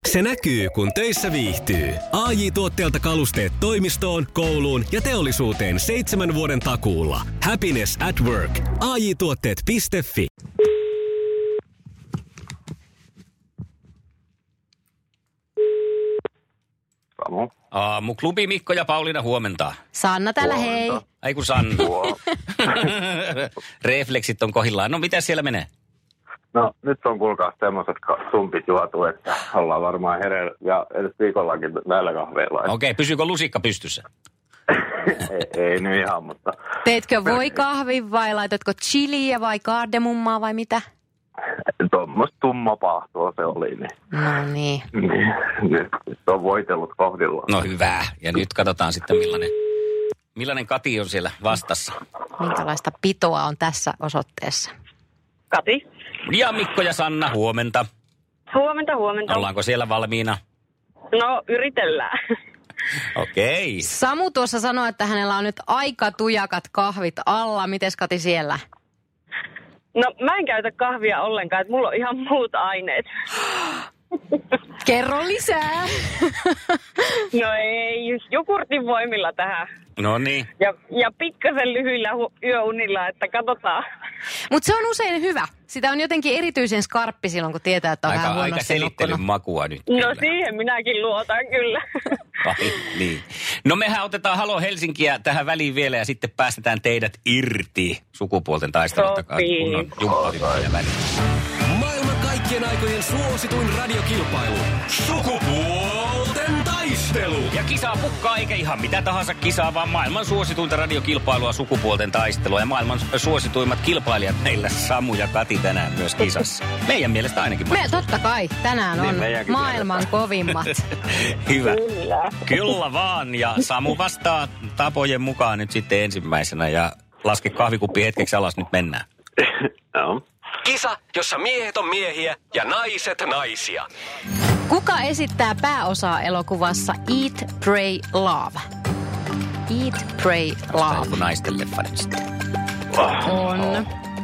Se näkyy, kun töissä viihtyy. AJ Tuotteelta kalusteet toimistoon, kouluun ja teollisuuteen 7 vuoden takuulla. Happiness at work. AJ-tuotteet.fi. Samu. Aamuklubi Mikko ja Pauliina, huomenta. Sanna täällä, hei. Ai kun Sanna. Refleksit on kohillaan. No mitä siellä menee? No nyt on kuulkaa semmoiset sumpit juotu, että ollaan varmaan hereillä ja edes viikollakin nälkäkahveilla. Okei, pysyykö lusikka pystyssä? ei nyt ihan, mutta... Teitkö voi kahvin vai laitatko chiliä vai kardemummaa vai mitä? Tuommoista tummapahtoa se oli. Niin. No niin. Nyt on voitellut kohdillaan. No hyvä. Ja nyt katsotaan sitten millainen Kati on siellä vastassa. Minkälaista pitoa on tässä osoitteessa? Kati. Ja Mikko ja Sanna, huomenta. Huomenta. Ollaanko siellä valmiina? No, yritellään. Okei. Samu tuossa sanoi, että hänellä on nyt aika tujakat kahvit alla. Mites Kati siellä? No, mä en käytä kahvia ollenkaan, että mulla on ihan muut aineet. Kerro lisää. No ei, jogurtin voimilla tähän. No niin. Ja pikkasen lyhyillä yöunilla, että katsotaan. Mutta se on usein hyvä. Sitä on jotenkin erityisen skarppi silloin, kun tietää, että on vähän Aika huonosti selittelyn nukkunut. makua nyt. No kyllä. siihen minäkin luotan kyllä. Ai, niin. No mehän otetaan Halo Helsinkiä tähän väliin vielä ja sitten päästetään teidät irti sukupuolten taistelusta. Sopii. Kun on jumppatyttöjä väliin. Maailman kaikkien aikojen suosituin radiokilpailu. Sukupuolten taistelu. Ja kisaa pukkaa eikä ihan mitä tahansa kisaa, vaan maailman suosituinta radiokilpailua, sukupuolten taistelua. Ja maailman suosituimmat kilpailijat meillä Samu ja Kati tänään myös kisassa. Meidän mielestä ainakin. Totta kai, tänään on meidänkin maailman kovimmat. Hyvä. Kyllä. Kyllä vaan. Ja Samu vastaa tapojen mukaan nyt sitten ensimmäisenä. Ja laske kahvikuppi hetkeksi alas, nyt mennään. No. Kisa, jossa miehet on miehiä ja naiset naisia. Kuka esittää pääosaa elokuvassa Eat, Pray, Love? Eat, Pray, Tai Love. joku naisten leffa nyt sitten. On.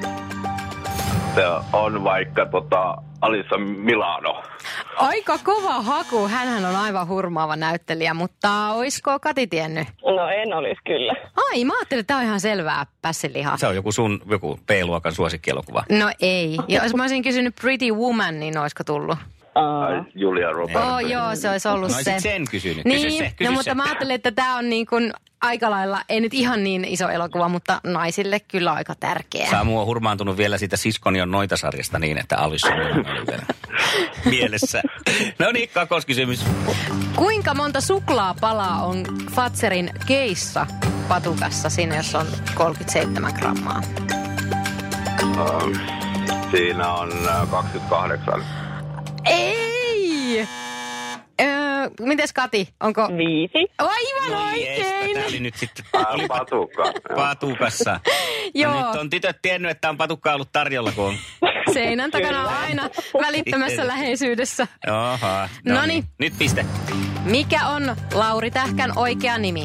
Se on vaikka Alissa Milano. Aika kova haku. Hänhän on aivan hurmaava näyttelijä, mutta oisko Kati tiennyt? No en olisi kyllä. Ai, mä ajattelin, että tää on ihan selvää pässilihaa. Se on joku B-luokan suosikkielokuva. No ei. Ja jos mä olisin kysynyt Pretty Woman, niin olisiko tullut? Julia Roberts. Joo, se olisi ollut No se. sit sen kysynyt. Niin, mutta mä ajattelin, että tää on niin kuin aika lailla, ei nyt ihan niin iso elokuva, mutta naisille kyllä aika tärkeä. Samu on hurmaantunut vielä siitä Siskoni on noita-sarjasta niin, että Alice on vielä mielessä. No niin, kakkoskysymys. Kuinka monta suklaapalaa on Fatserin keissa patukassa siinä, jos on 37 grammaa? Siinä on 28. Ei! Mites Kati, onko... 5. Aivan oikein! Tämä oli nyt sitten Patukka. patukassa. Joo. No nyt on tytöt tiennyt, että on patukka ollut tarjolla, kun on... Seinän takana on aina välittömässä läheisyydessä. Oha. Noniin. Nyt piste. Mikä on Lauri Tähkän oikea nimi?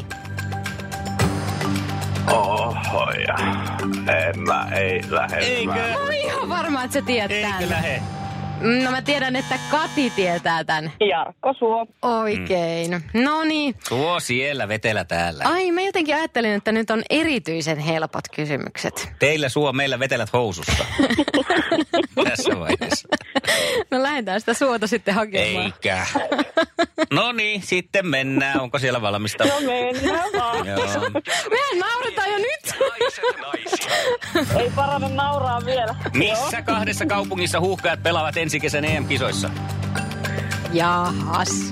Oho, ja ei lähde. Eikö? Mä oon ihan varma, että sä tiedät Eikö tän. lähe? No mä tiedän, että Kati tietää tän. Jarkko Suo. Oikein. No niin. Tuo siellä, vetelä täällä. Ai, mä jotenkin ajattelin, että nyt on erityisen helpot kysymykset. Teillä suo, meillä vetelät housussa. Tässä vaiheessa. No lähdetään sitä suota sitten hakemaan. Eikä. No niin, sitten mennään. Onko siellä valmista? No mennään vaan. Joo. Mehän nauretaan jo nyt. Naiset naisia. Ei parane nauraa vielä. Missä kahdessa kaupungissa huuhkajat pelaavat ensi kesän EM-kisoissa? Jahas.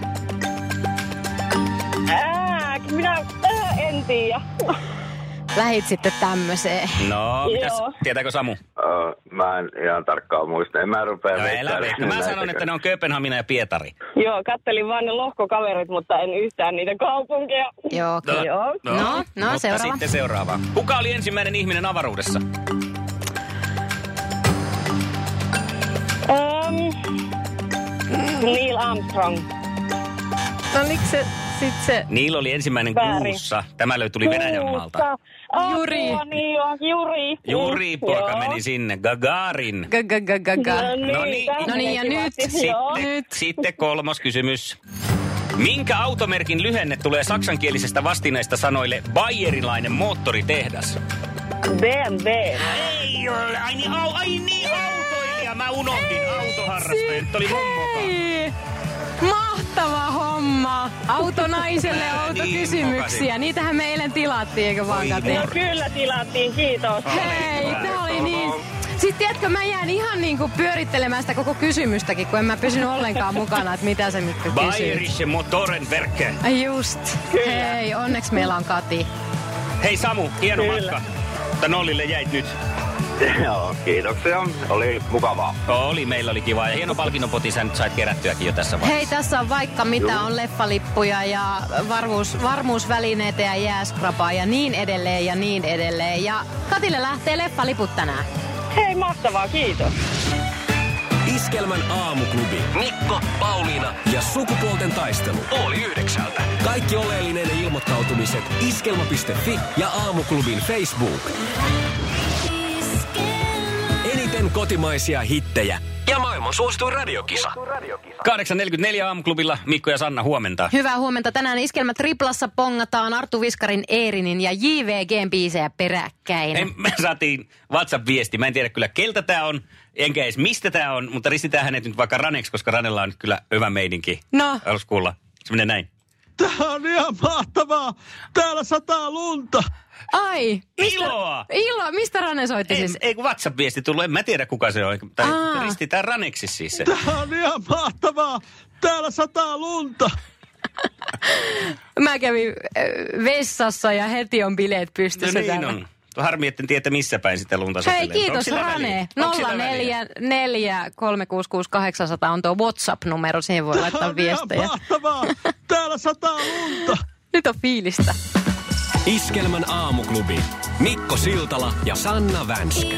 Minä en tiedä. Lähit sitten tämmöiseen. No, mitäs? Joo. Tietääkö Samu? Mä en ihan tarkkaan muista. En mä rupea No älä veikkaa. Mä sanon, että ne on Kööpenhamina ja Pietari. Joo, kattelin vaan ne lohkokaverit, mutta en yhtään niitä kaupunkeja. Joo, kyllä. Joo. No, mutta seuraava. sitten seuraava. Kuka oli ensimmäinen ihminen avaruudessa? Neil Armstrong. No oliko se Sitten se... Niillä oli ensimmäinen Väärin. kuussa. Tämä tuli Venäjän maalta. Juri. Niin on, Juri. Juri poika Joo. meni sinne. Gagarin. No niin, ja nyt. Sitten kolmas kysymys. Minkä automerkin lyhenne tulee saksankielisestä vastineesta sanoille bayerilainen moottoritehdas? BMW. Ei ole. Ai niin autoilija. Mä unohdin autoharrastaja. Nyt oli mummoka. Hei! Mahtava homma! Autonaiselle autokysymyksiä. Niitähän me eilen tilattiin, eikö vaan, Kati? No kyllä tilattiin, kiitos. Hei, tää oli niin... Sitten tiedätkö, mä jään ihan niinku pyörittelemään sitä koko kysymystäkin, kun en mä pysynyt ollenkaan mukana, että mitä se Mikko kysyy. Bayerische Motorenwerke. Just. Hei, onneksi meillä on Kati. Hei Samu, hieno Kyllä. matka. Mutta nollille jäit nyt. Joo, kiitoksia. Oli mukavaa. Meillä oli kiva. Ja hieno palkinnonpoti sä nyt sait kerättyäkin jo tässä vaiheessa. Hei, tässä on vaikka mitä, on leffalippuja ja varmuusvälineitä ja jääskrapaa ja niin edelleen ja niin edelleen. Ja Katille lähtee leffaliput tänään. Hei, mahtavaa, kiitos. Iskelmän aamuklubi. Mikko, Pauliina ja sukupuolten taistelu. Oli 9:00. Kaikki oleellinen ilmoittautumiset iskelma.fi ja aamuklubin Facebook. Eniten kotimaisia hittejä ja maailman suosituin radiokisa. 8.44 aamuklubilla Mikko ja Sanna, huomenta. Hyvää huomenta. Tänään Iskelmä Triplassa pongataan Arttu Viskarin, Eerinin ja JVGn biisejä peräkkäin. Me saatiin WhatsApp-viesti. Mä en tiedä kyllä keltä tää on, enkä edes mistä tää on, mutta ristitään hänet nyt vaikka Raneksi, koska Ranella on nyt kyllä hyvä meidinki. No. Haluais kuulla. Se menee näin. Tää on ihan mahtavaa. Täällä sataa lunta. Ai. Iloa! Iloa. Mistä Rane soitti siis? Ei kun WhatsApp-viesti tullut, en mä tiedä kuka se on. Tai ristitään Raneksi siis se. Tää on ihan mahtavaa. Täällä sataa lunta. Mä kävin vessassa ja heti on bileet pystyssä. No niin täällä. on. Harmi, etten tiedä missä päin sitä lunta satelee. Hei, kiitos Rane. 04 366 800 on tuo WhatsApp-numero, siihen voi laittaa viestejä. Ihan mahtavaa. Täällä sataa lunta. Nyt on fiilistä. Iskelmän aamuklubi. Mikko Siltala ja Sanna Vänskä.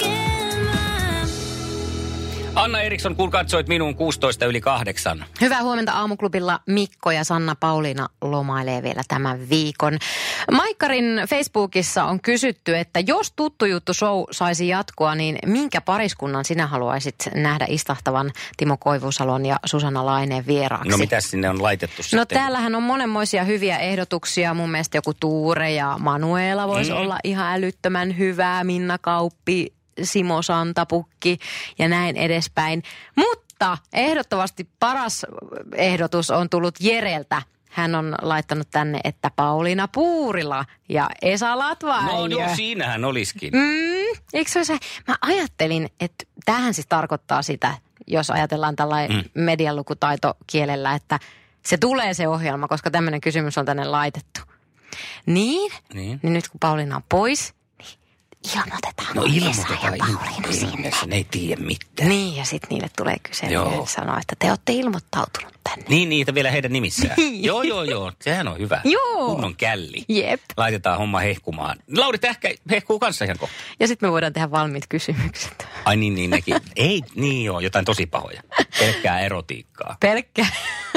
Anna Eriksson, kun katsoit minuun 16:16. Hyvää huomenta aamuklubilla. Mikko ja Sanna Pauliina lomailee vielä tämän viikon. Maikkarin Facebookissa on kysytty, että jos Tuttu Juttu show saisi jatkua, niin minkä pariskunnan sinä haluaisit nähdä istahtavan Timo Koivusalon ja Susanna Laineen vieraaksi? No mitäs sinne on laitettu sitten? No täällähän on monenmoisia hyviä ehdotuksia. Mun mielestä joku Tuure ja Manuela voisi olla ihan älyttömän hyvää. Minna Kauppi, Simo Santapukki ja näin edespäin. Mutta ehdottomasti paras ehdotus on tullut Jereltä. Hän on laittanut tänne, että Pauliina Puurila ja Esa Latvaäijö. No siinähän olisikin. Eikö se olisi? Mä ajattelin, että tämähän siis tarkoittaa sitä, jos ajatellaan tällainen medialukutaitokielellä, että se tulee se ohjelma, koska tämmöinen kysymys on tänne laitettu. Niin nyt kun Pauliina on pois, niin ilmoitetaan Esa ja Pauliina sinne. Ne ei tiedä mitään. Niin, ja sitten niille tulee kysely ja sanoo, että te olette ilmoittautunut tänne. Niin, niitä vielä heidän nimissään. Joo. Sehän on hyvä. Joo. Kunnon källi. Jep. Laitetaan homma hehkumaan. Lauri Tähkä hehkuu kanssa ihan kohta. Ja sitten me voidaan tehdä valmiit kysymykset. Ai niin nekin. Ei, niin joo, jotain tosi pahoja. Pelkkää erotiikkaa. Pelkkää.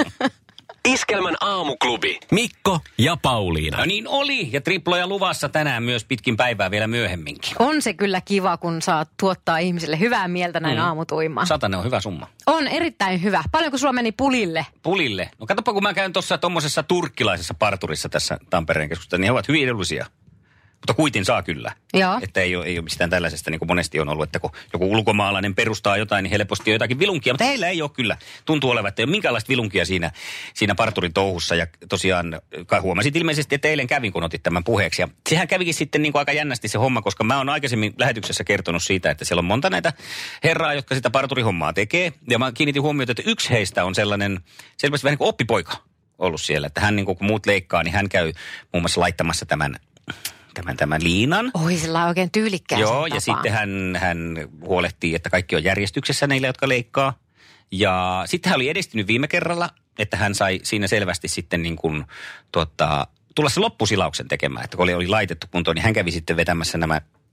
Iskelmän aamuklubi. Mikko ja Pauliina. No niin oli, ja triploja luvassa tänään myös pitkin päivää vielä myöhemminkin. On se kyllä kiva, kun saat tuottaa ihmisille hyvää mieltä näin aamutuimaan. 100 on hyvä summa. On erittäin hyvä. Paljonko sulla meni pulille? Pulille? No katsoppa, kun mä käyn tuossa tommosessa turkkilaisessa parturissa tässä Tampereen keskustassa, niin he ovat hyvin edullisia. Mutta kuitin saa kyllä. Joo. Että ei ole mistään tällaisesta, niin kuin monesti on ollut, että kun joku ulkomaalainen perustaa jotain, niin helposti on jotakin vilunkia. Mutta heillä ei ole kyllä. Tuntuu olevan, että ei ole minkäänlaista vilunkia siinä parturin touhussa. Ja tosiaan huomasit ilmeisesti, että eilen kävin, kun otit tämän puheeksi. Ja sehän kävikin sitten niin kuin aika jännästi se homma, koska mä oon aikaisemmin lähetyksessä kertonut siitä, että siellä on monta näitä herraa, jotka sitä parturihommaa tekee. Ja mä kiinnitin huomiota, että yksi heistä on sellainen selvästi vähän niin kuin oppipoika ollut siellä. Että hän niin kuin, kun muut leikkaa, niin hän käy muun muassa laittamassa tämän liinan. Oi, sillä on oikein tyylikkään. Joo, ja sitten hän huolehtii, että kaikki on järjestyksessä neille, jotka leikkaa. Ja sitten hän oli edistynyt viime kerralla, että hän sai siinä selvästi sitten niin kuin tulla se loppusilauksen tekemään. Että kun oli laitettu kuntoon, niin hän kävi sitten vetämässä nämä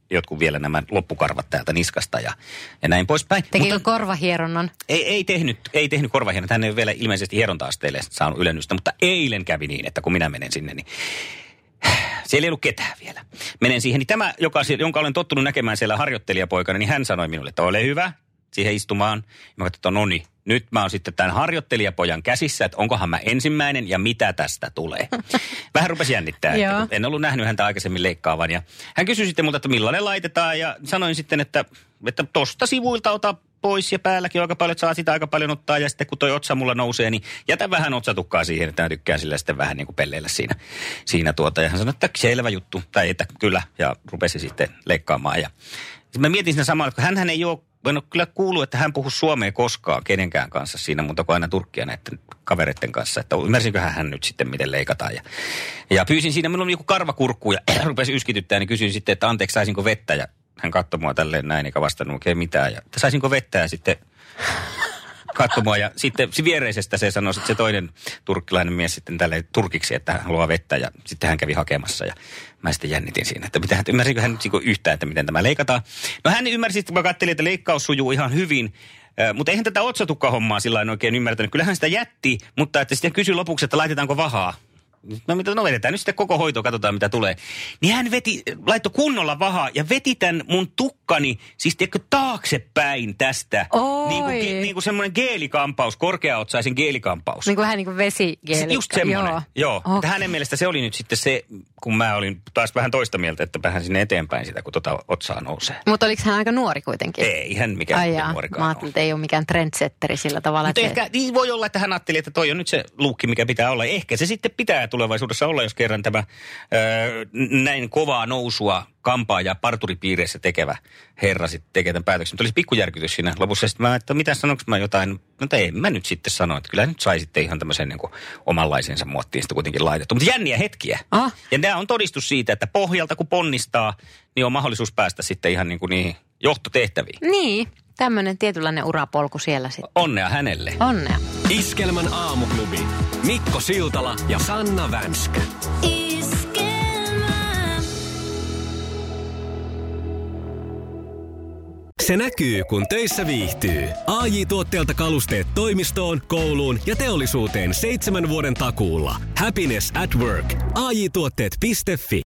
jotkut vielä nämä loppukarvat täältä niskasta ja näin poispäin. Tekikö korvahieronnan? Ei tehnyt korvahieronnan. Hän ei ole vielä ilmeisesti hieronta-asteelle saanut ylennystä, mutta eilen kävi niin, että kun minä menen sinne, niin siellä ei ollut ketään vielä. Menen siihen, niin tämä, jonka olen tottunut näkemään siellä harjoittelijapoikana, niin hän sanoi minulle, että ole hyvä siihen istumaan. Mä katsoin, että no niin, nyt mä oon sitten tämän harjoittelijapojan käsissä, että onkohan mä ensimmäinen ja mitä tästä tulee. Vähän rupesi jännittää, että en ollut nähnyt häntä aikaisemmin leikkaavan. Ja hän kysyi sitten multa, että millainen laitetaan ja sanoin sitten, että tosta sivuilta ota pois ja päälläkin aika paljon, että saa sitä aika paljon ottaa. Ja sitten kun toi otsa mulla nousee, niin jätä vähän otsatukkaa siihen, että mä tykkään sillä sitten vähän niin kuin pelleillä siinä. Ja hän sanoi, että selvä juttu, tai että kyllä, ja rupesi sitten leikkaamaan. Ja mä mietin siinä samalla, että hänhän ei ole, en ole kyllä kuullut, että hän puhu suomea koskaan kenenkään kanssa siinä, mutta kuin aina turkkia näiden kavereiden kanssa, että ymmärsinköhän hän nyt sitten, miten leikataan. Ja pyysin siinä, minulla oli joku karvakurkku ja rupesi yskityttää, niin kysyin sitten, että anteeksi, saisinko vettä, ja hän katsoi mua tälleen näin, eikä vastannut oikein mitään, ja saisinko vettä, ja sitten katsoi mua, ja sitten viereisestä se sanoi, että se toinen turkkilainen mies sitten tälleen turkiksi, että hän haluaa vettä, ja sitten hän kävi hakemassa, ja mä sitten jännitin siinä, että ymmärsinkö hän nyt yhtään, että miten tämä leikataan. No hän ymmärsi, että mä katselin, että leikkaus sujuu ihan hyvin, mutta eihän tätä otsatukkahommaa sillä lailla oikein ymmärtänyt. Kyllähän sitä jätti, mutta että sitten kysyi lopuksi, että laitetaanko vahaa. No vedetään nyt sitten koko hoito, katsotaan mitä tulee. Niin hän laittoi kunnolla vahaa ja veti tämän mun tukkani, siis tiedätkö, taaksepäin tästä. Niin kuin semmoinen geelikampaus, korkeaotsaisen geelikampaus. Niin kuin vähän niin kuin vesigeeli. Just semmoinen, joo. Okay. Hänen mielestä se oli nyt sitten se, kun mä olin taas vähän toista mieltä, että vähän sinne eteenpäin sitä, kun otsaa nousee. Mutta oliko hän aika nuori kuitenkin? Ei hän mikään nuorikaan. Mä ajattelin, että ei ole mikään trendsetteri sillä tavalla. Mutta ehkä niin voi olla, että hän ajatteli, että toi on nyt se luukki, mikä pitää olla. Ehkä se sitten pitää tulevaisuudessa olla, jos kerran tämä näin kovaa nousua kampaa ja parturipiireissä tekevä herra sitten tekee tämän päätöksen. Mutta olisi pikkujärkytys siinä lopussa. Sitten mä että mitä sanoinko mä jotain, no ei mä nyt sitten sano, että kyllä nyt sai sitten ihan tämmöisen niin kuin omanlaisensa muottiin sitten kuitenkin laitettu. Mutta jänniä hetkiä. Ja tämä on todistus siitä, että pohjalta kun ponnistaa, niin on mahdollisuus päästä sitten ihan niin kuin niihin johtotehtäviin. Niin, tämmöinen tietynlainen urapolku siellä sitten. Onnea hänelle. Onnea. Iskelmän aamuklubi. Mikko Siltala ja Sanna Vänskä. Se näkyy, kun töissä viihtyy. AJ-tuotteelta kalusteet toimistoon, kouluun ja teollisuuteen 7 vuoden takuulla. Happiness at work. AJ-tuotteet.fi